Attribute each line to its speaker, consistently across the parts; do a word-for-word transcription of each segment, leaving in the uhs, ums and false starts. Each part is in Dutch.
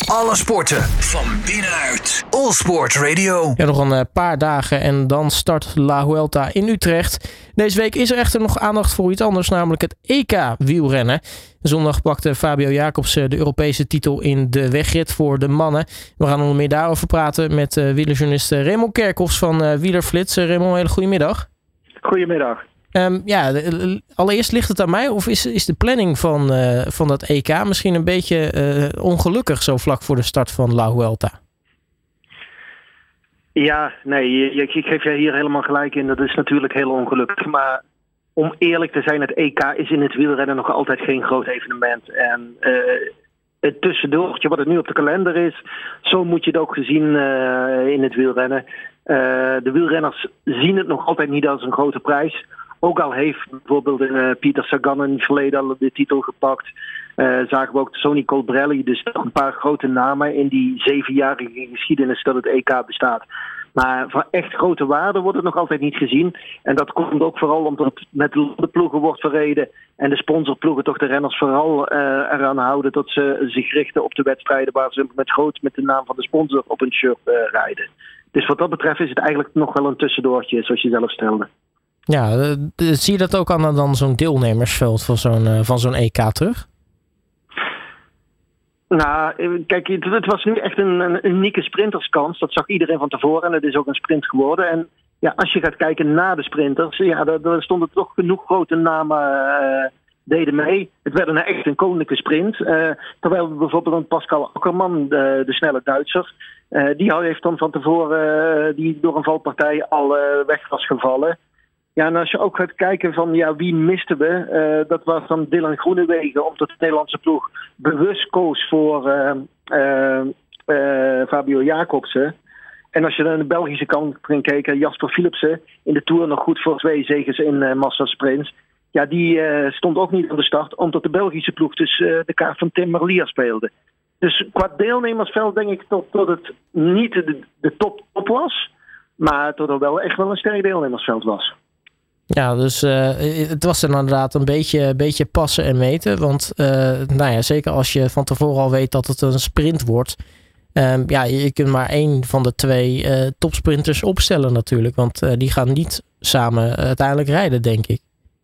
Speaker 1: Alle sporten van binnenuit. All Sport Radio.
Speaker 2: Ja, nog een paar dagen en dan start La Vuelta in Utrecht. Deze week is er echter nog aandacht voor iets anders, namelijk het E K wielrennen. Zondag pakte Fabio Jacobsen de Europese titel in de wegrit voor de mannen. We gaan onder meer daarover praten met uh, wielerjournalist Raymond Kerkhoffs van uh, Wielerflits. Uh, Raymond, een hele goede middag.
Speaker 3: Goedemiddag.
Speaker 2: Um, ja, de, allereerst ligt het aan mij of is, is de planning van, uh, van dat E K misschien een beetje uh, ongelukkig zo vlak voor de start van La Vuelta?
Speaker 3: Ja, nee, ik geef je hier helemaal gelijk in. Dat is natuurlijk heel ongelukkig. Maar om eerlijk te zijn, het E K is in het wielrennen nog altijd geen groot evenement. En uh, het tussendoortje wat het nu op de kalender is, zo moet je het ook gezien uh, in het wielrennen. Uh, de wielrenners zien het nog altijd niet als een grote prijs. Ook al heeft bijvoorbeeld uh, Peter Sagan in het verleden al de titel gepakt. Uh, zagen we ook Sonny Colbrelli. Dus toch een paar grote namen in die zevenjarige geschiedenis dat het E K bestaat. Maar van echt grote waarde wordt het nog altijd niet gezien. En dat komt ook vooral omdat het met de ploegen wordt verreden. En de sponsorploegen toch de renners vooral uh, eraan houden dat ze zich richten op de wedstrijden waar ze met groot met de naam van de sponsor op een shirt uh, rijden. Dus wat dat betreft is het eigenlijk nog wel een tussendoortje, zoals je zelf stelde.
Speaker 2: Ja, uh, zie je dat ook aan dan zo'n deelnemersveld van zo'n, uh, van zo'n E K terug?
Speaker 3: Nou, kijk, het, het was nu echt een, een unieke sprinterskans. Dat zag iedereen van tevoren en het is ook een sprint geworden. En ja, als je gaat kijken naar de sprinters, ja, daar stonden toch genoeg grote namen uh, deden mee. Het werd een echt een koninklijke sprint. Uh, terwijl bijvoorbeeld een Pascal Ackermann, de, de snelle Duitser, uh, die heeft dan van tevoren uh, die door een valpartij al uh, weg was gevallen. Ja, en als je ook gaat kijken van ja, wie misten we, uh, dat was dan Dylan Groenewegen, omdat de Nederlandse ploeg bewust koos voor uh, uh, uh, Fabio Jacobsen. En als je dan aan de Belgische kant ging kijken, Jasper Philipsen in de Tour nog goed voor twee zegens in uh, massasprints. Ja, die uh, stond ook niet aan de start, omdat de Belgische ploeg dus uh, de kaart van Tim Merlier speelde. Dus qua deelnemersveld denk ik dat, dat het niet de, de top top was, maar dat er wel echt wel een sterk deelnemersveld was.
Speaker 2: Ja, dus uh, het was inderdaad een beetje, beetje passen en meten. Want uh, nou ja, zeker als je van tevoren al weet dat het een sprint wordt. Um, ja, je kunt maar één van de twee uh, topsprinters opstellen natuurlijk. Want uh, die gaan niet samen uiteindelijk rijden, denk ik.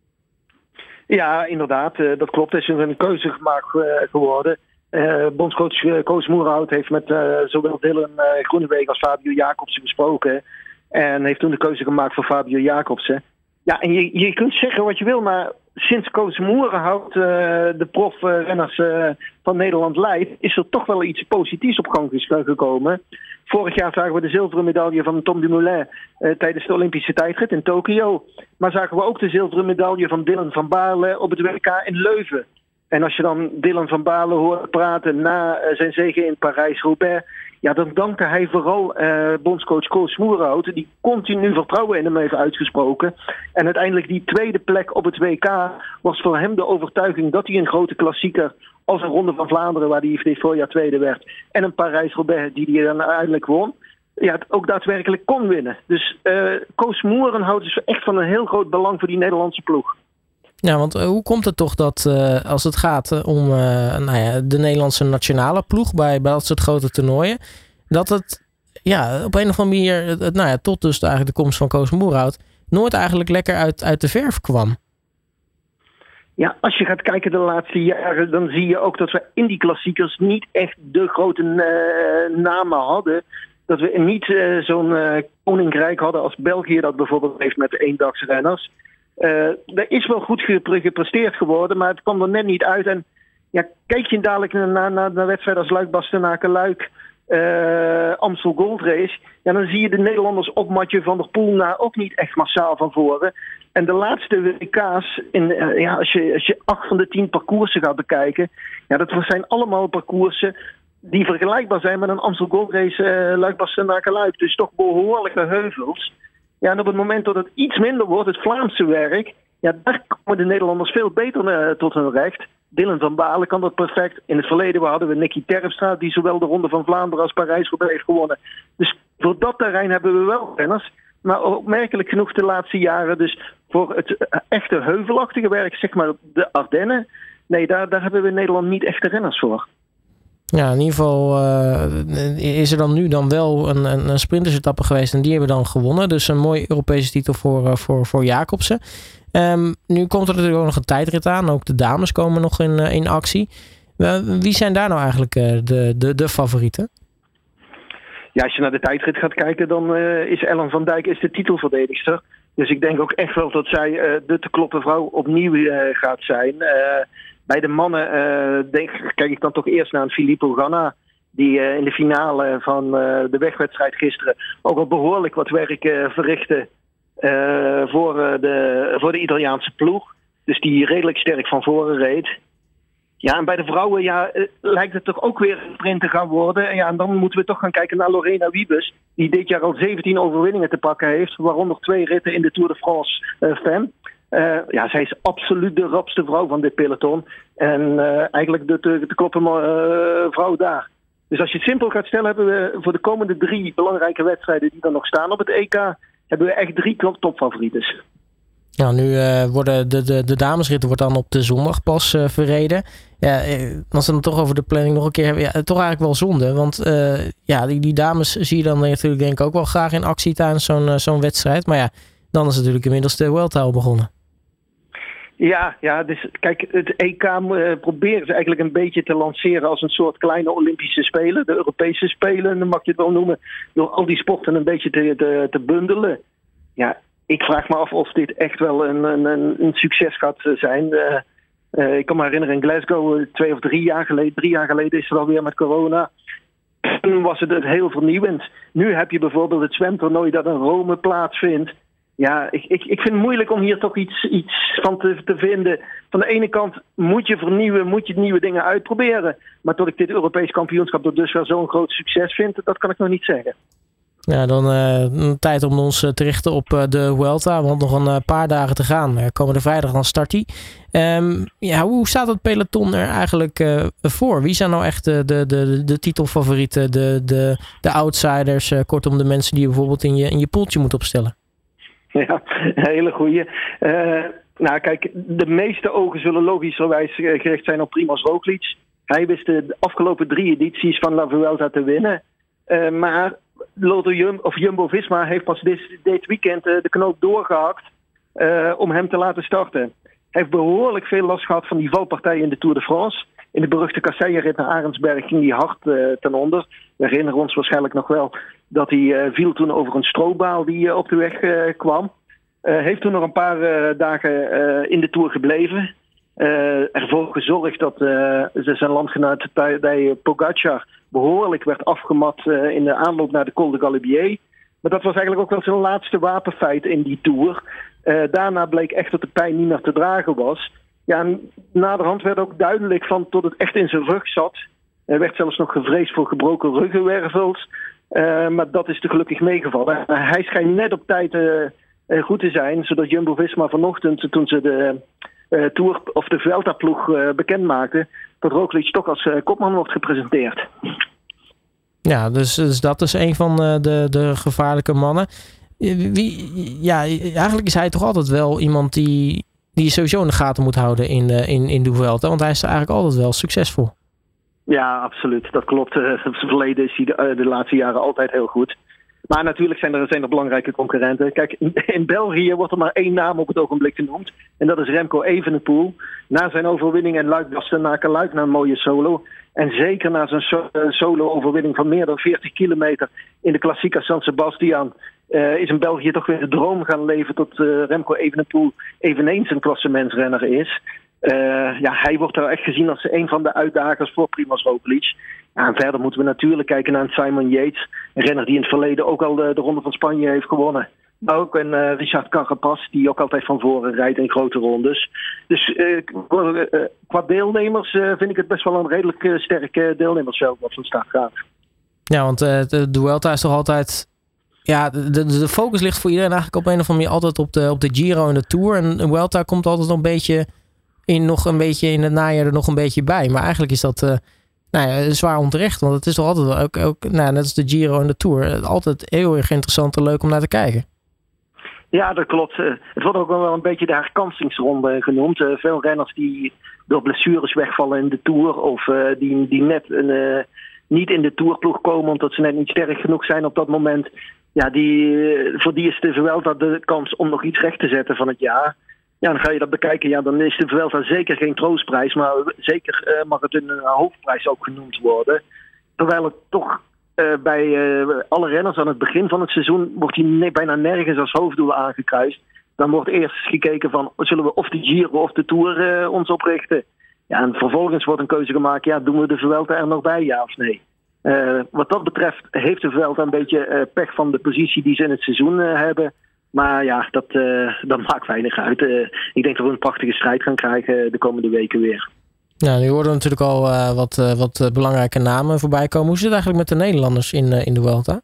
Speaker 3: Ja, inderdaad. Uh, dat klopt. Er is een keuze gemaakt uh, geworden. Uh, bondscoach uh, Koos Moerhout heeft met uh, zowel Dylan uh, Groenewegen als Fabio Jacobsen gesproken. En heeft toen de keuze gemaakt voor Fabio Jacobsen. Ja, en je, je kunt zeggen wat je wil, maar sinds Koos Moerhout uh, de profrenners uh, van Nederland leidt, is er toch wel iets positiefs op gang gekomen. Vorig jaar zagen we de zilveren medaille van Tom Dumoulin uh, tijdens de Olympische tijdrit in Tokio. Maar zagen we ook de zilveren medaille van Dylan van Baarle op het W K in Leuven. En als je dan Dylan van Baarle hoort praten na uh, zijn zege in Parijs-Roubaix, ja, dan dankte hij vooral uh, bondscoach Koos Moerhout, die continu vertrouwen in hem heeft uitgesproken. En uiteindelijk die tweede plek op het W K was voor hem de overtuiging dat hij een grote klassieker als een Ronde van Vlaanderen, waar hij dit voorjaar tweede werd, en een Parijs-Roubaix die hij dan uiteindelijk won, ja, ook daadwerkelijk kon winnen. Dus uh, Koos Moerhout is echt van een heel groot belang voor die Nederlandse ploeg.
Speaker 2: Ja, want uh, hoe komt het toch dat uh, als het gaat uh, om uh, nou ja, de Nederlandse nationale ploeg bij, bij dat soort grote toernooien, dat het ja, op een of andere manier, het, nou ja, tot dus eigenlijk de komst van Koos Moerhout, nooit eigenlijk lekker uit, uit de verf kwam?
Speaker 3: Ja, als je gaat kijken de laatste jaren, dan zie je ook dat we in die klassiekers niet echt de grote uh, namen hadden. Dat we niet uh, zo'n uh, koninkrijk hadden als België dat bijvoorbeeld heeft met de eendagsrenners. Uh, er is wel goed gepresteerd geworden, maar het kwam er net niet uit. En ja, kijk je dadelijk naar, naar, naar wedstrijden als Luik, Bastenaken, Luik, uh, Amstel Gold Race, ja, dan zie je de Nederlanders op Mathieu van der Poel na ook niet echt massaal van voren. En de laatste W K's, in, uh, ja, als, je, als je acht van de tien parcoursen gaat bekijken, ja, dat zijn allemaal parcoursen die vergelijkbaar zijn met een Amstel Gold Race, uh, Luik, Bastenaken, Luik. Dus toch behoorlijke heuvels. Ja, en op het moment dat het iets minder wordt, het Vlaamse werk, ja, daar komen de Nederlanders veel beter uh, tot hun recht. Dylan van Baarle kan dat perfect. In het verleden hadden we Nicky Terpstra, die zowel de Ronde van Vlaanderen als Parijs-Roubaix heeft gewonnen. Dus voor dat terrein hebben we wel renners. Maar opmerkelijk genoeg de laatste jaren, dus voor het uh, echte heuvelachtige werk, zeg maar de Ardennen, nee, daar, daar hebben we in Nederland niet echte renners voor.
Speaker 2: Ja, in ieder geval uh, is er dan nu dan wel een, een, een sprintersetappe geweest en die hebben dan gewonnen. Dus een mooie Europese titel voor, uh, voor, voor Jacobsen. Um, nu komt er natuurlijk ook nog een tijdrit aan. Ook de dames komen nog in, uh, in actie. Uh, wie zijn daar nou eigenlijk uh, de, de, de favorieten?
Speaker 3: Ja, als je naar de tijdrit gaat kijken, dan uh, is Ellen van Dijk is de titelverdedigster. Dus ik denk ook echt wel dat zij uh, de te kloppen vrouw opnieuw uh, gaat zijn. Uh, bij de mannen uh, denk, kijk ik dan toch eerst naar een Filippo Ganna. Die uh, in de finale van uh, de wegwedstrijd gisteren ook al behoorlijk wat werk uh, verrichtte uh, voor, uh, de, voor de Italiaanse ploeg. Dus die redelijk sterk van voren reed. Ja, en bij de vrouwen ja, lijkt het toch ook weer een sprint te gaan worden. En, ja, en dan moeten we toch gaan kijken naar Lorena Wiebes. Die dit jaar al zeventien overwinningen te pakken heeft. Waaronder twee ritten in de Tour de France uh, Femme. Uh, ja, zij is absoluut de rapste vrouw van dit peloton. En uh, eigenlijk de te, te kloppen uh, vrouw daar. Dus als je het simpel gaat stellen, hebben we voor de komende drie belangrijke wedstrijden die er nog staan op het E K, hebben we echt drie topfavorieten.
Speaker 2: Ja, nu uh, worden de, de, de damesritten wordt dan op de zondag pas uh, verreden. Ja, als we het dan toch over de planning nog een keer hebben, ja, toch eigenlijk wel zonde. Want uh, ja, die, die dames zie je dan natuurlijk denk ik ook wel graag in actie tijdens zo'n, uh, zo'n wedstrijd. Maar ja, dan is natuurlijk inmiddels de Vuelta al begonnen.
Speaker 3: Ja, ja, dus kijk, het E K uh, proberen ze eigenlijk een beetje te lanceren als een soort kleine Olympische Spelen. De Europese Spelen, dan mag je het wel noemen. Door al die sporten een beetje te, te, te bundelen. Ja, ik vraag me af of dit echt wel een, een, een succes gaat zijn. Uh, uh, ik kan me herinneren in Glasgow, uh, twee of drie jaar geleden, drie jaar geleden is het alweer met corona. Toen was het heel vernieuwend. Nu heb je bijvoorbeeld het zwemtoernooi dat in Rome plaatsvindt. Ja, ik, ik, ik vind het moeilijk om hier toch iets, iets van te, te vinden. Van de ene kant moet je vernieuwen, moet je nieuwe dingen uitproberen. Maar tot ik dit Europees kampioenschap er dus wel zo'n groot succes vind, dat kan ik nog niet zeggen.
Speaker 2: Ja, dan uh, tijd om ons uh, te richten op uh, de Vuelta. Want nog een uh, paar dagen te gaan. Uh, komende vrijdag dan start die. Um, ja, hoe staat het peloton er eigenlijk uh, voor? Wie zijn nou echt de, de, de, de titelfavorieten? De, de, de outsiders? Uh, kortom, de mensen die je bijvoorbeeld in je, in je poeltje moet opstellen?
Speaker 3: Ja, een hele goeie. Uh, nou kijk, de meeste ogen zullen logischerwijs gericht zijn op Primož Roglič. Hij wist de afgelopen drie edities van La Vuelta te winnen. Uh, maar Lotto Jum- of Jumbo-Visma heeft pas dit, dit weekend uh, de knoop doorgehakt uh, om hem te laten starten. Hij heeft behoorlijk veel last gehad van die valpartij in de Tour de France. In de beruchte Kasseien-rit naar Arendsberg ging hij hard uh, ten onder. We herinneren ons waarschijnlijk nog wel dat hij uh, viel toen over een strobaal die uh, op de weg uh, kwam. Uh, heeft toen nog een paar uh, dagen uh, in de Tour gebleven. Uh, ervoor gezorgd dat uh, zijn landgenoot bij Pogacar behoorlijk werd afgemat uh, in de aanloop naar de Col de Galibier. Maar dat was eigenlijk ook wel zijn laatste wapenfeit in die Tour. Uh, daarna bleek echt dat de pijn niet meer te dragen was. Ja, en naderhand werd ook duidelijk van tot het echt in zijn rug zat. Er werd zelfs nog gevreesd voor gebroken ruggenwervels. Uh, maar dat is te gelukkig meegevallen. Uh, hij schijnt net op tijd uh, uh, goed te zijn, zodat Jumbo-Visma vanochtend, toen ze de uh, Tour of de Vuelta-ploeg uh, bekend maakte, dat Roglič toch als uh, kopman wordt gepresenteerd.
Speaker 2: Ja, dus, dus dat is een van uh, de, de gevaarlijke mannen. Wie, ja, eigenlijk is hij toch altijd wel iemand die, die je sowieso in de gaten moet houden in, uh, in, in de Vuelta, want hij is eigenlijk altijd wel succesvol.
Speaker 3: Ja, absoluut. Dat klopt. Uh, het verleden is hij de, uh, de laatste jaren altijd heel goed. Maar natuurlijk zijn er, zijn er belangrijke concurrenten. Kijk, in België wordt er maar één naam op het ogenblik genoemd. En dat is Remco Evenepoel. Na zijn overwinning in Luik-Bastenaken-Luik naar een mooie solo. En zeker na zijn so- solo-overwinning van meer dan veertig kilometer in de Klassica San Sebastian. Uh, is in België toch weer de droom gaan leven tot uh, Remco Evenepoel eveneens een klassementsrenner is. Uh, ja, hij wordt er echt gezien als een van de uitdagers voor Primož Roglič. Ja, en verder moeten we natuurlijk kijken naar Simon Yates. Een renner die in het verleden ook al de, de Ronde van Spanje heeft gewonnen. Maar ook een uh, Richard Carapaz, die ook altijd van voren rijdt in grote rondes. Dus uh, uh, qua deelnemers uh, vind ik het best wel een redelijk uh, sterke deelnemersveld wat van start gaat.
Speaker 2: Ja, want uh, de, de Vuelta is toch altijd... Ja, de, de, de focus ligt voor iedereen eigenlijk op een of andere manier altijd op de, op de Giro en de Tour. En de Vuelta komt altijd nog een beetje in, nog een beetje in het najaar er nog een beetje bij. Maar eigenlijk is dat... Uh, Nou ja, zwaar onterecht, want het is toch altijd ook, ook nou, net als de Giro en de Tour, altijd heel erg interessant en leuk om naar te kijken.
Speaker 3: Ja, dat klopt. Het wordt ook wel een beetje de herkansingsronde genoemd. Veel renners die door blessures wegvallen in de Tour. Of uh, die, die net uh, niet in de Tourploeg komen omdat ze net niet sterk genoeg zijn op dat moment. Ja, die, voor die is de Vuelta de kans om nog iets recht te zetten van het jaar. Ja, dan ga je dat bekijken. Ja, dan is de Vuelta zeker geen troostprijs. Maar zeker uh, mag het een uh, hoofdprijs ook genoemd worden. Terwijl het toch uh, bij uh, alle renners aan het begin van het seizoen wordt hij bijna nergens als hoofddoel aangekruist. Dan wordt eerst gekeken van, zullen we of de Giro of de Tour uh, ons oprichten? Ja, en vervolgens wordt een keuze gemaakt, ja, doen we de Vuelta er nog bij, ja of nee? Uh, wat dat betreft heeft de Vuelta een beetje uh, pech van de positie die ze in het seizoen uh, hebben. Maar ja, dat, uh, dat maakt weinig uit. Uh, ik denk dat we een prachtige strijd gaan krijgen de komende weken weer.
Speaker 2: Ja, nu hoorden we natuurlijk al uh, wat, uh, wat uh, belangrijke namen voorbij komen. Hoe zit het eigenlijk met de Nederlanders in, uh, in de Vuelta?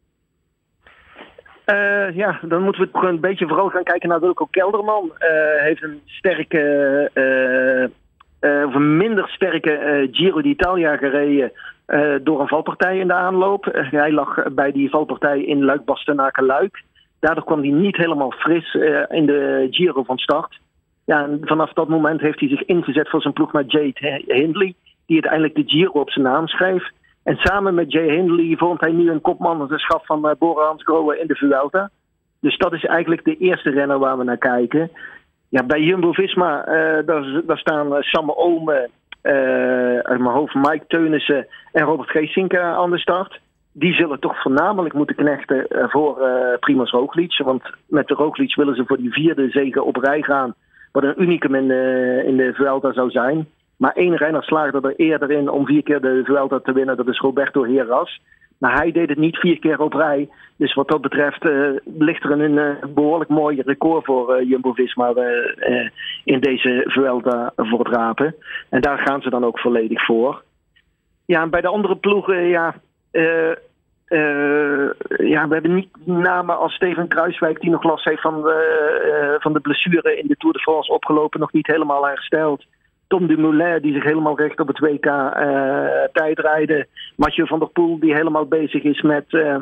Speaker 3: Uh, ja, dan moeten we toch een beetje vooral gaan kijken naar Wilco Kelderman. Hij uh, heeft een sterke, uh, uh, of een minder sterke uh, Giro d'Italia gereden uh, door een valpartij in de aanloop. Uh, hij lag bij die valpartij in Luik-Bastenaken-Luik. Daardoor kwam hij niet helemaal fris uh, in de Giro van start. Ja, en vanaf dat moment heeft hij zich ingezet voor zijn ploegmaat Jay Hindley, die uiteindelijk de Giro op zijn naam schreef. En samen met Jay Hindley vormt hij nu een kopmanschap van uh, Bora Hansgrohe in de Vuelta. Dus dat is eigenlijk de eerste renner waar we naar kijken. Ja, bij Jumbo-Visma, uh, daar, daar staan uh, Samme Ome, uh, uit mijn hoofd Mike Teunissen en Robert Geesink uh, aan de start. Die zullen toch voornamelijk moeten knechten uh, voor uh, Primož Roglič. Want met de Roglič willen ze voor die vierde zege op rij gaan. Wat een unicum in de, in de Vuelta zou zijn. Maar één renner slaagde er eerder in om vier keer de Vuelta te winnen. Dat is Roberto Heras. Maar hij deed het niet vier keer op rij. Dus wat dat betreft uh, ligt er een uh, behoorlijk mooi record voor uh, Jumbo-Visma uh, uh, in deze Vuelta voor het rapen. En daar gaan ze dan ook volledig voor. Ja, en bij de andere ploegen, ja... Uh, Uh, ja, we hebben niet namen als Steven Kruijswijk die nog last heeft van de, uh, van de blessure in de Tour de France opgelopen, nog niet helemaal hersteld. Tom Dumoulin die zich helemaal richt op het W K uh, tijdrijden. Mathieu van der Poel die helemaal bezig is met, uh,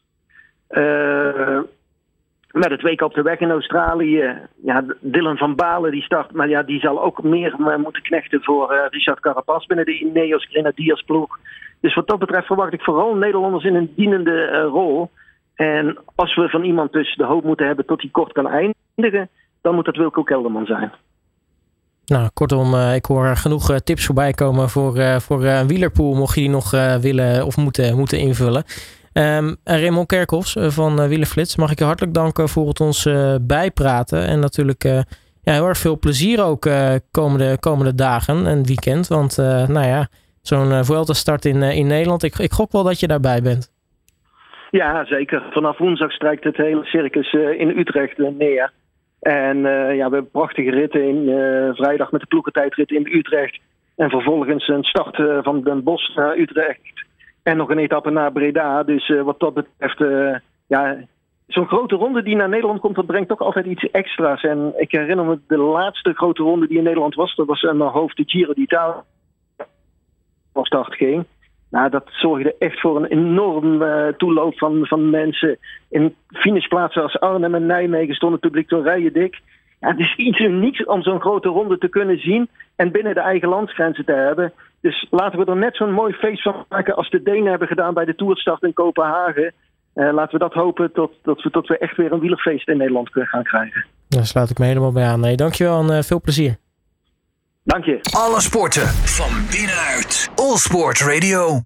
Speaker 3: uh, met het W K op de weg in Australië. Ja, Dylan van Baarle die start, maar ja, die zal ook meer uh, moeten knechten voor uh, Richard Carapaz binnen de Ineos Grenadiers ploeg. Dus wat dat betreft verwacht ik vooral Nederlanders in een dienende uh, rol. En als we van iemand dus de hoop moeten hebben tot hij kort kan eindigen, dan moet dat Wilco Kelderman zijn.
Speaker 2: Nou, kortom, uh, ik hoor genoeg uh, tips voorbij komen voor, uh, voor uh, een wielerpool, mocht je die nog uh, willen of moeten, moeten invullen. Um, Raymond Kerkhoffs uh, van uh, Wielerflits, mag ik je hartelijk danken voor het ons uh, bijpraten. En natuurlijk uh, ja, heel erg veel plezier ook uh, komende, komende dagen en weekend. Want uh, nou ja... Zo'n uh, Vuelta start in, uh, in Nederland. Ik, ik gok wel dat je daarbij bent.
Speaker 3: Ja, zeker. Vanaf woensdag strijkt het hele circus uh, in Utrecht uh, neer. En uh, ja, we hebben prachtige ritten in. Uh, vrijdag met de ploegentijdrit in Utrecht. En vervolgens een start uh, van Den Bosch naar Utrecht. En nog een etappe naar Breda. Dus uh, wat dat betreft... Uh, ja, zo'n grote ronde die naar Nederland komt, dat brengt toch altijd iets extra's. En ik herinner me de laatste grote ronde die in Nederland was. Dat was aan mijn hoofd de Giro d'Italia. Van start ging. Nou, dat zorgde echt voor een enorm uh, toeloop van, van mensen. In finishplaatsen als Arnhem en Nijmegen stond het publiek door rijen dik. Ja, het is iets unieks om zo'n grote ronde te kunnen zien en binnen de eigen landsgrenzen te hebben. Dus laten we er net zo'n mooi feest van maken als de Denen hebben gedaan bij de Tourstart in Kopenhagen. Uh, laten we dat hopen tot, tot, we, tot we echt weer een wielerfeest in Nederland gaan krijgen.
Speaker 2: Daar sluit ik me helemaal bij aan. Nee, dankjewel en uh, veel plezier.
Speaker 3: Dank je.
Speaker 1: Alle sporten van binnenuit. All Sport Radio.